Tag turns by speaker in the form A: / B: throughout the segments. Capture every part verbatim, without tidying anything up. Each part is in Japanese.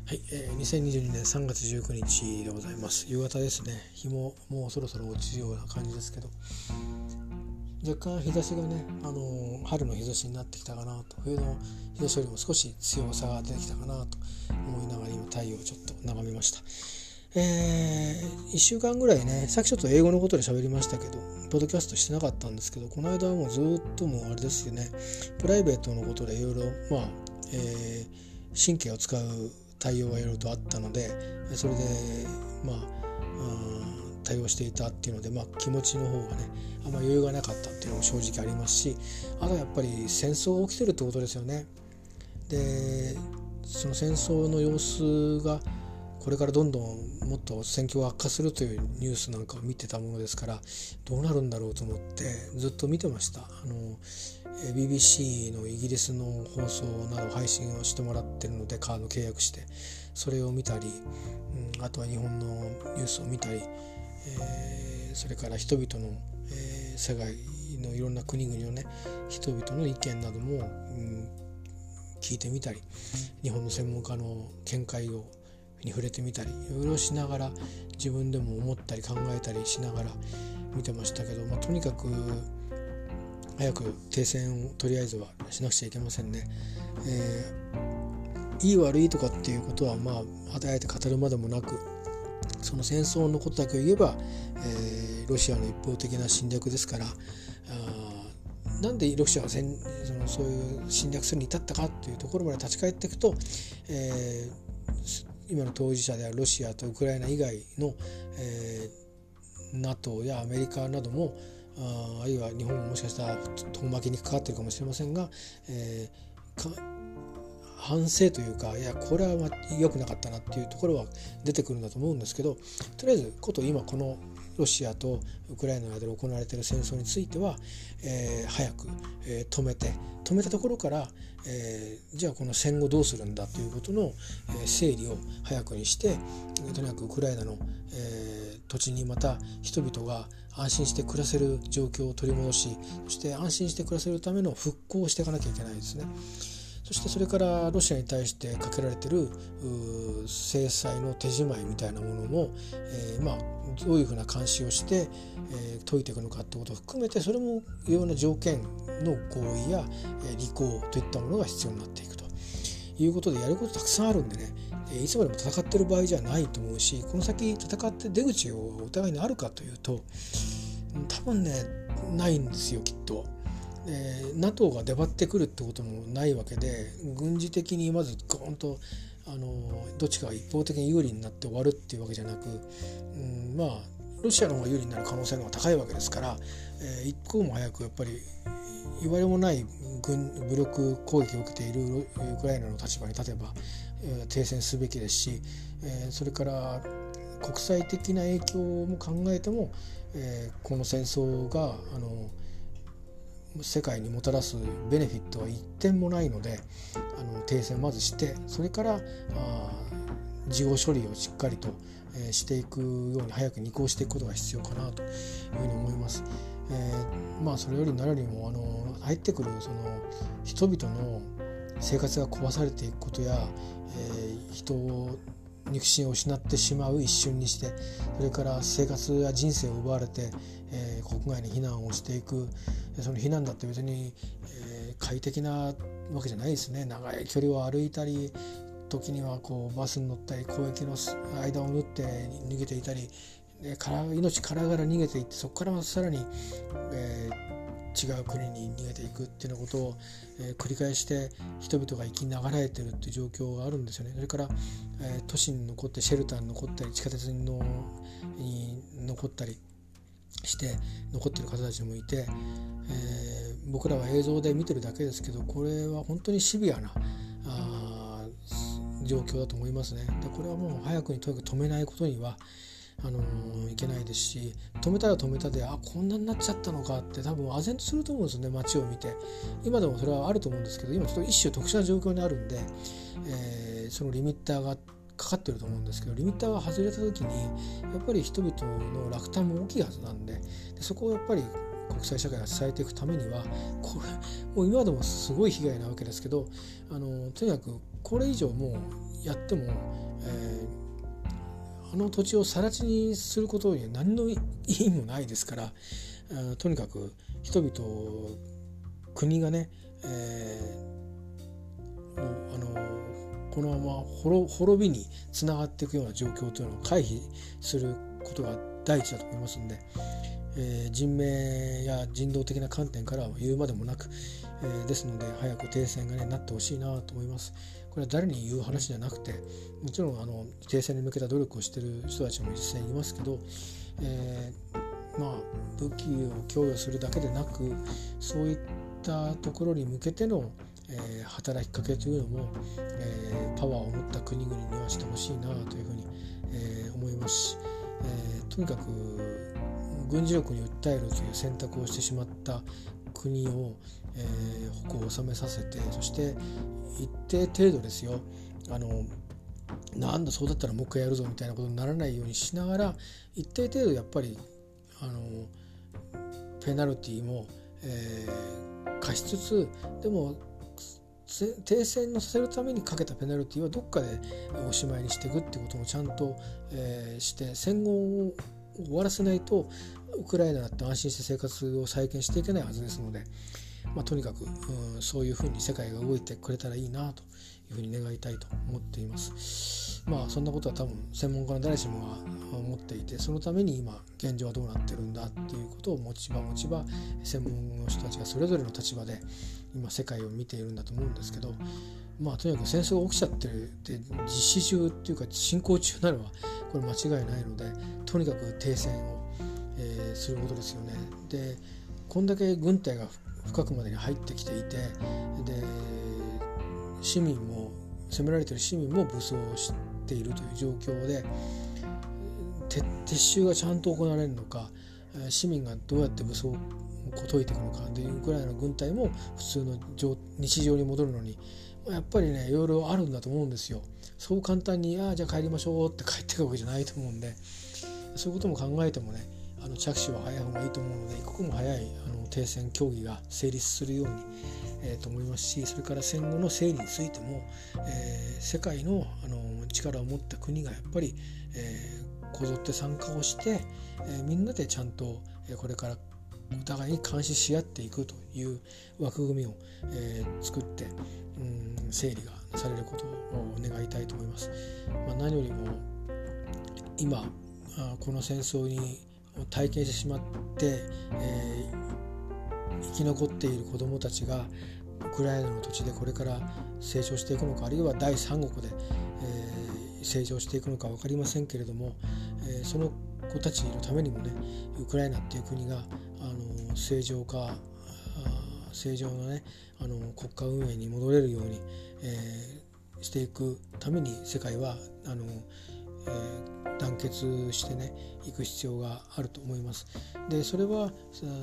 A: はい、えー、にせんにじゅうにねんさんがつじゅうくにちでございます。夕方ですね。日ももうそろそろ落ちるような感じですけど、若干日差しがね、あのー、春の日差しになってきたかなと、冬の日差しよりも少し強さが出てきたかなと思いながら今太陽をちょっと眺めました。えー、いっしゅうかんぐらいね、さっきちょっと英語のことで喋りましたけど、ポッドキャストしてなかったんですけど、この間はもうずっともうあれですよね、プライベートのことでいろいろまあ、えー、神経を使う対応がいろいろとあったので、それでまあ、うん、対応していたっていうので、まあ、気持ちの方がねあんまり余裕がなかったっていうのも正直ありますし、あとはやっぱり戦争が起きてるってことですよね。でその戦争の様子がこれからどんどんもっと戦況が悪化するというニュースなんかを見てたものですから、どうなるんだろうと思ってずっと見てました。あの ビービーシー のイギリスの放送など配信をしてもらってるので、カード契約してそれを見たり、うん、あとは日本のニュースを見たり、えー、それから人々の、えー、世界のいろんな国々のね人々の意見なども、うん、聞いてみたり、日本の専門家の見解をに触れてみたり、いろいろしながら自分でも思ったり考えたりしながら見てましたけど、まあ、とにかく早く停戦をとりあえずはしなくちゃいけませんね。えー、いい悪いとかっていうことはまああえて語るまでもなく、その戦争のことだけを言えば、えー、ロシアの一方的な侵略ですから、あなんでロシアがそのそういう侵略するに至ったかというところまで立ち返っていくと、えー今の当事者であるロシアとウクライナ以外の、えー、NATO やアメリカなども あ, あるいは日本ももしかしたら遠巻きにかかっているかもしれませんが、えー、か反省というか、いやこれは良くなかったなっていうところは出てくるんだと思うんですけど、とりあえずこと今このロシアとウクライナの間で行われている戦争については、えー、早く、えー、止めて止めたところから、えー、じゃあこの戦後どうするんだということの、えー、整理を早くにして、とにかくウクライナの、えー、土地にまた人々が安心して暮らせる状況を取り戻し、そして安心して暮らせるための復興をしていかなきゃいけないですね。そしてそれからロシアに対してかけられている制裁の手締まいみたいなものも、えー、まあどういうふうな監視をして、えー、解いていくのかということを含めて、それもいろいろな条件の合意や、えー、履行といったものが必要になっていくということで、やることたくさんあるんでね、えー、いつまでも戦ってる場合じゃないと思うし、この先戦って出口をお互いにあるかというと多分ねないんですよきっと。えー、NATO が出張ってくるってこともないわけで、軍事的にまずゴーンとあのどっちかが一方的に有利になって終わるっていうわけじゃなく、うん、まあロシアの方が有利になる可能性の方が高いわけですから、えー、一刻も早くやっぱり言われもない軍武力攻撃を受けているウクライナの立場に立てば、えー、停戦すべきですし、えー、それから国際的な影響も考えても、えー、この戦争があの世界にもたらすベネフィットは一点もないので、あの停戦をまずして、それからあ事後処理をしっかりと、えー、していくように早くに移行していくことが必要かなというふうに思います。えー、まあそれより何よりもあの入ってくるその人々の生活が壊されていくことや、えー、人を肉親を失ってしまう一瞬にして、それから生活や人生を奪われて、えー、国外に避難をしていく。その避難だって別に、えー、快適なわけじゃないですね。長い距離を歩いたり、時にはこうバスに乗ったり、交易の間を縫って逃げていたり、から命からがら逃げていって、そこからまたさらに、えー、違う国に逃げていくっていうようなことを、えー、繰り返して人々が生きながらえてるっていう状況があるんですよね。それから、えー、都市に残ってシェルターに残ったり、地下鉄にのに残ったりして残っている方たちもいて、えー、僕らは映像で見てるだけですけど、これは本当にシビアなあ状況だと思いますね。でこれはもう早くにとにかく止めないことにはあのー、いけないですし、止めたら止めたで、あこんなになっちゃったのかって多分唖然とすると思うんですよね。街を見て今でもそれはあると思うんですけど、今ちょっと一種特殊な状況にあるんで、えー、そのリミッターがかかってると思うんですけど、リミッターが外れた時にやっぱり人々の落胆も大きいはずなんで、でそこをやっぱり国際社会が伝えていくためにはこれもう今でもすごい被害なわけですけど、あのとにかくこれ以上もうやっても、えー、あの土地を更地にすることには何の意味もないですから、あとにかく人々国がね、えー、もうあのこのまま滅、滅びにつながっていくような状況というのを回避することが第一だと思いますので、えー、人命や人道的な観点からは言うまでもなく、えー、ですので早く停戦が、ね、なってほしいなと思います。これは誰に言う話じゃなくて、もちろんあの停戦に向けた努力をしている人たちも実際にいますけど、えー、まあ武器を供与するだけでなく、そういったところに向けてのえー、働きかけというのも、えー、パワーを持った国々にはしてほしいなというふうに、えー、思いますし、えー、とにかく軍事力に訴えるという選択をしてしまった国を、えー、矛を収めさせて、そして一定程度ですよ、あのなんだそうだったらもう一回やるぞみたいなことにならないようにしながら、一定程度やっぱりあのペナルティも、えー、課しつつ、でも停戦のさせるためにかけたペナルティはどっかでおしまいにしていくってこともちゃんと、えー、して戦後を終わらせないとウクライナだって安心して生活を再建していけないはずですので、まあ、とにかく、うん、そういうふうに世界が動いてくれたらいいなというふうに願いたいと思っています。まあそんなことは多分専門家の誰しもが思っていて、そのために今現状はどうなってるんだっていうことを持ち場持ち場専門の人たちがそれぞれの立場で今世界を見ているんだと思うんですけど、まあとにかく戦争が起きちゃってるって実施中っていうか進行中なのはこれ間違いないので、とにかく停戦を、えー、することですよね。でこんだけ軍隊が深くまでに入ってきていて、で市民も攻められている市民も武装しているという状況で、撤収がちゃんと行われるのか、市民がどうやって武装を解いていくのかで、ウクライナの軍隊も普通の日常に戻るのにやっぱりねいろいろあるんだと思うんですよ。そう簡単にああじゃあ帰りましょうって帰っていくわけじゃないと思うんで、そういうことも考えてもね、あの着手は早い方がいいと思うので、一刻も早いあの停戦協議が成立するように、えー、と思いますし、それから戦後の整理についても、えー、世界の、あの力を持った国がやっぱり、えー、こぞって参加をして、えー、みんなでちゃんと、えー、これからお互いに監視し合っていくという枠組みを、えー、作って、うん、整理がされることを願いたいと思います。まあ、何よりも今この戦争に体験してしまって、えー、生き残っている子どもたちがウクライナの土地でこれから成長していくのか、あるいは第三国で、えー、成長していくのか分かりませんけれども、えー、その子たちのためにもね、ウクライナっていう国があの正常化正常なねあの国家運営に戻れるように、えー、していくために世界はあの、えー、団結してねいく必要があると思います。でそれは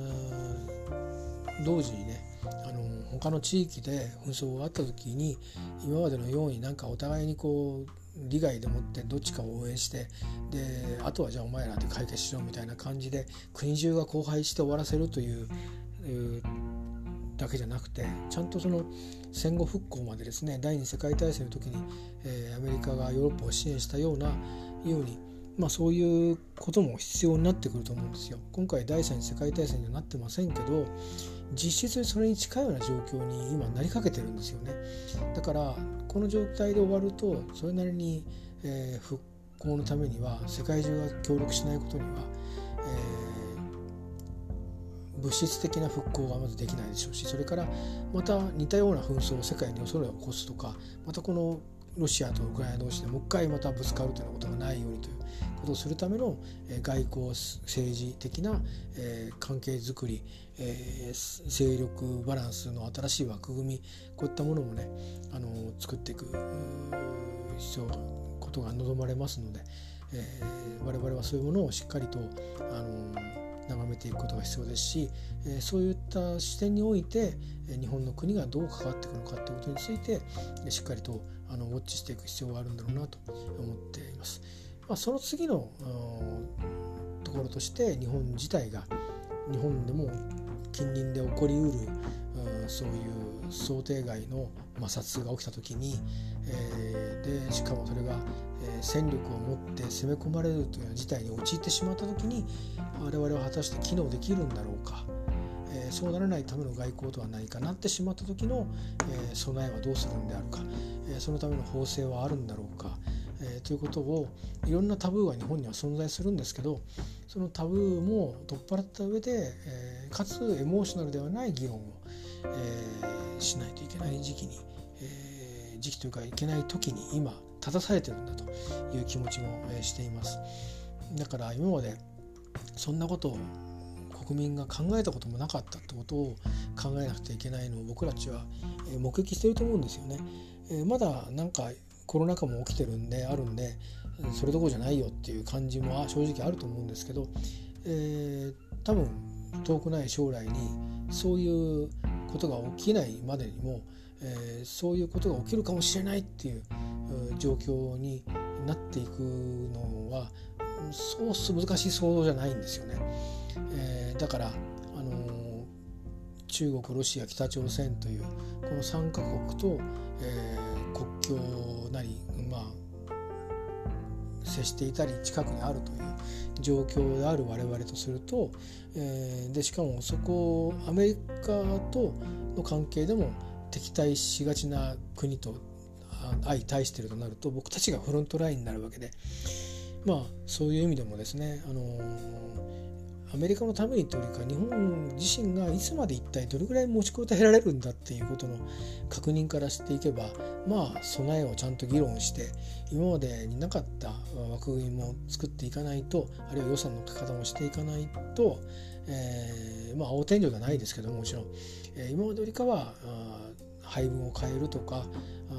A: 同時にねあの他の地域で紛争があった時に今までのようになんかお互いにこう利害でもってどっちかを応援して、であとはじゃあお前らで解決しろみたいな感じで国中が荒廃して終わらせるという、いうだけじゃなくて、ちゃんとその戦後復興までですね、第二次世界大戦の時に、えー、アメリカがヨーロッパを支援したようなように、まあ、そういうことも必要になってくると思うんですよ。今回第三次世界大戦にはなってませんけど、実質それに近いような状況に今なりかけてるんですよね。だからこの状態で終わるとそれなりに、えー、復興のためには世界中が協力しないことには、えー、物質的な復興がまずできないでしょうし、それからまた似たような紛争を世界に恐れを起こすとか、またこのロシアとウクライナ同士でもう一回またぶつかるというようなことがないようにということをするための外交政治的な関係づくり、勢力バランスの新しい枠組み、こういったものもねあの作っていく必要ことが望まれますので、えー、我々はそういうものをしっかりとあの眺めていくことが必要ですし、えー、そういった視点において日本の国がどう関わっていくのかということについてしっかりとあのウォッチしていく必要があるんだろうなと思っています。まあ、その次のところとして日本自体が日本でも近隣で起こりうる、うん、そういう想定外の摩擦が起きた時に、えー、でしかもそれが、えー、戦力を持って攻め込まれるというような事態に陥ってしまった時に我々は果たして機能できるんだろうか、えー、そうならないための外交とは何か、なってしまった時の、えー、備えはどうするんであるか、えー、そのための法制はあるんだろうか、えー、ということを、いろんなタブーが日本には存在するんですけど、そのタブーも取っ払った上で、えー、かつエモーショナルではない議論を、えー、しないといけない時期に、えー、時期というかいけない時に今立たされてるんだという気持ちも、えー、しています。だから今までそんなことを国民が考えたこともなかったってことを考えなくてはいけないのを僕たちは目撃していると思うんですよね。まだなんかコロナ禍も起きてるんであるんでそれどころじゃないよっていう感じも正直あると思うんですけど、えー、多分遠くない将来にそういうことが起きないまでにも、えー、そういうことが起きるかもしれないっていう状況になっていくのはそう難しい想像じゃないんですよね。えー、だから、あのー、中国、ロシア、北朝鮮というこのさんカ国と、えー、国境なり、まあ、接していたり近くにあるという状況である我々とすると、えー、でしかもそこアメリカとの関係でも敵対しがちな国と相対しているとなると僕たちがフロントラインになるわけで、まあそういう意味でもですね、あのー、アメリカのためにというか日本自身がいつまで一体どれぐらい持ちこたえられるんだっていうことの確認からしていけば、まあ備えをちゃんと議論して今までになかった枠組みも作っていかないと、あるいは予算の書き方もしていかないと、えー、まあ青天井じゃないですけどもちろん、えー、今までよりかは配分を変えるとか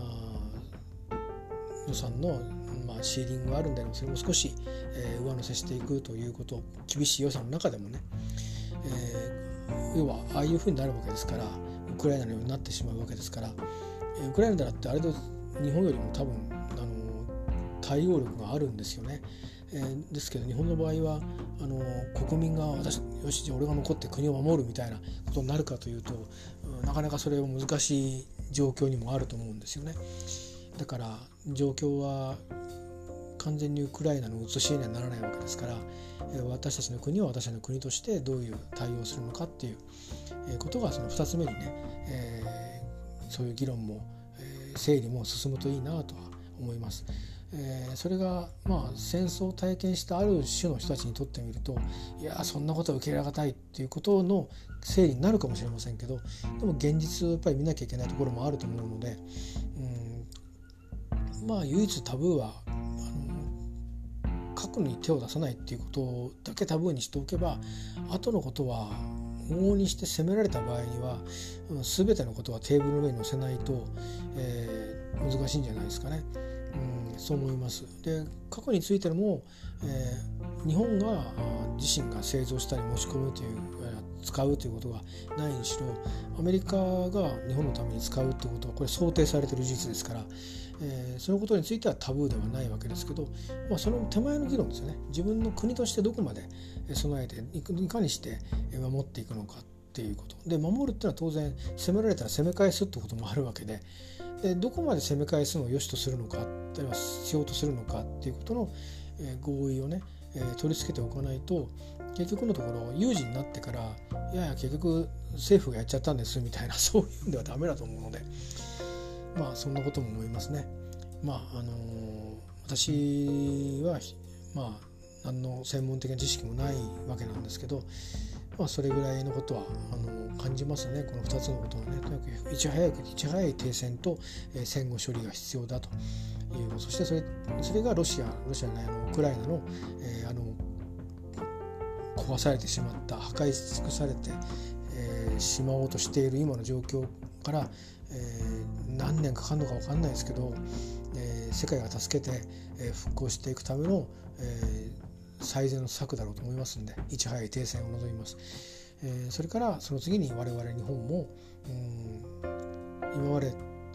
A: 予算の、まあ、シーリングがあるんであればそれも少し、えー、上乗せしていくということを厳しい予算の中でもね、えー、要はああいうふうになるわけですから、ウクライナのようになってしまうわけですから、えー、ウクライナだってあれで日本よりも多分あの対応力があるんですよね。えー、ですけど日本の場合はあの国民が私よしじゃあ俺が残って国を守るみたいなことになるかというと、うん、なかなかそれは難しい状況にもあると思うんですよね。だから状況は完全にウクライナの写し絵にはならないわけですから、私たちの国は私たちの国としてどういう対応をするのかっていうことがそのふたつめにね、えー、そういう議論も、えー、整理も進むといいなとは思います。えー、それがまあ戦争を体験したある種の人たちにとってみると、いやそんなことは受け入れがたいっていうことの整理になるかもしれませんけど、でも現実をやっぱり見なきゃいけないところもあると思うので、うん、まあ唯一タブーはあの核に手を出さないっていうことだけタブーにしておけば、後のことは往々にして責められた場合には、うん、全てのことはテーブルの上に載せないと、えー、難しいんじゃないですかね。うん、そう思います。で、核についても、えー、日本が自身が製造したり持ち込むという使うということがないにしろ、アメリカが日本のために使うということはこれ想定されている事実ですから、えー、そのことについてはタブーではないわけですけど、まあ、その手前の議論ですよね。自分の国としてどこまで備えていかにして守っていくのかっていうことで、守るっていうのは当然攻められたら攻め返すってこともあるわけで、でどこまで攻め返すのを良しとするのか、あるいはしようとするのかっていうことの、えー、合意をね、えー、取り付けておかないと、結局のところ有事になってからいやいや結局政府がやっちゃったんですみたいな、そういうんではダメだと思うので、まあそんなことも思いますね。まああのー、私はまあ何の専門的な知識もないわけなんですけど、まあ、それぐらいのことはあの感じますね。このふたつのことはね、とにかくいち早くいち早い停戦と、えー、戦後処理が必要だという、そしてそれそれがロシアロシアの、あのウクライナの、えー、あの壊されてしまった、破壊し尽くされて、えー、しまおうとしている今の状況から、えー、何年かかるのか分かんないですけど、えー、世界が助けて、えー、復興していくための、えー最善の策だろうと思いますので、いち早い停戦を望みます。えー、それからその次に我々日本もうん今まで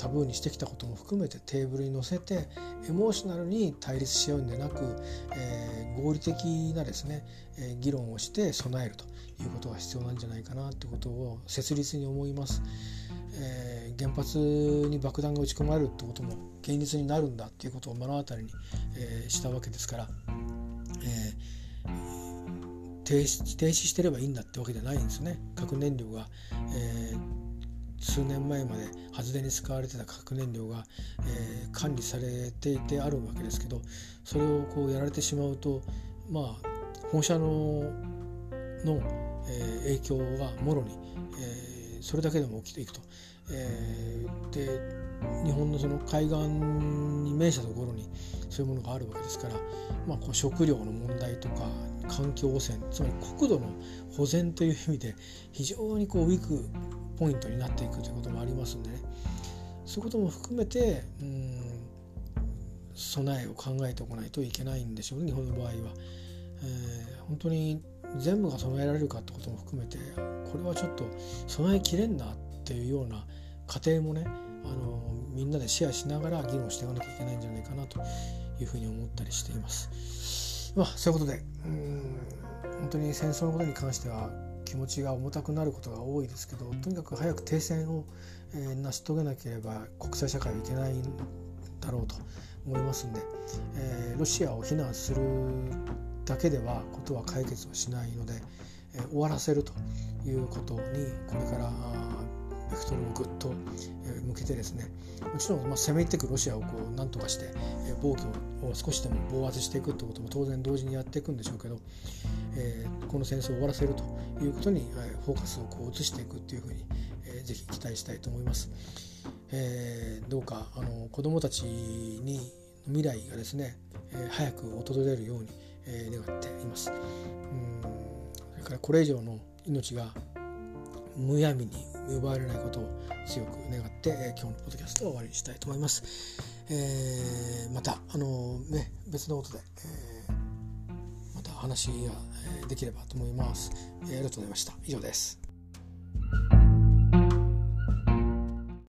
A: タブーにしてきたことも含めてテーブルに乗せてエモーショナルに対立し合うんでなく、えー、合理的なですね、えー、議論をして備えるということが必要なんじゃないかなということを切実に思います。えー、原発に爆弾が撃ち込まれるってことも現実になるんだっていうことを目の当たりに、えー、したわけですから、えー、停止、停止してればいいんだってわけじゃないんですね。核燃料が、えー数年前まで発電に使われてた核燃料が、えー、管理されていてあるわけですけど、それをこうやられてしまうと、まあ放射能の、えー、影響がもろに、えー、それだけでも起きていくと、えー、で日本のその海岸に面したところにそういうものがあるわけですから、まあ、こう食料の問題とか環境汚染、つまり国土の保全という意味で非常にこうウィークポイントになっていくということもありますんでね、そういうことも含めてうーん備えを考えておかないといけないんでしょうね、日本の場合は。えー、本当に全部が備えられるかってことも含めて、これはちょっと備えきれんなっていうような過程もね、あのみんなでシェアしながら議論していかなきゃいけないんじゃないかなというふうに思ったりしています。まあそういうことで、うーん本当に戦争のことに関しては気持ちが重たくなることが多いですけど、とにかく早く停戦を、えー、成し遂げなければ国際社会はいけないんだろうと思いますんで、えー、ロシアを非難するだけではことは解決はしないので、えー、終わらせるということにこれからベクトルをぐっと向けてですね、もちろんまあ攻め入ってくるロシアをこう何とかして防御を少しでも防圧していくということも当然同時にやっていくんでしょうけど、えー、この戦争を終わらせるということにフォーカスをこう移していくというふうに、えー、ぜひ期待したいと思います。えー、どうかあの子どもたちに未来がですね、えー、早く訪れるように、えー、願っています。うんそれからこれ以上の命がむやみに奪われないことを強く願って、えー、今日のポッドキャストを終わりにしたいと思います。えー、またあの、ね、別のことで、えー、また話ができればと思います。えー、ありがとうございました。以上です。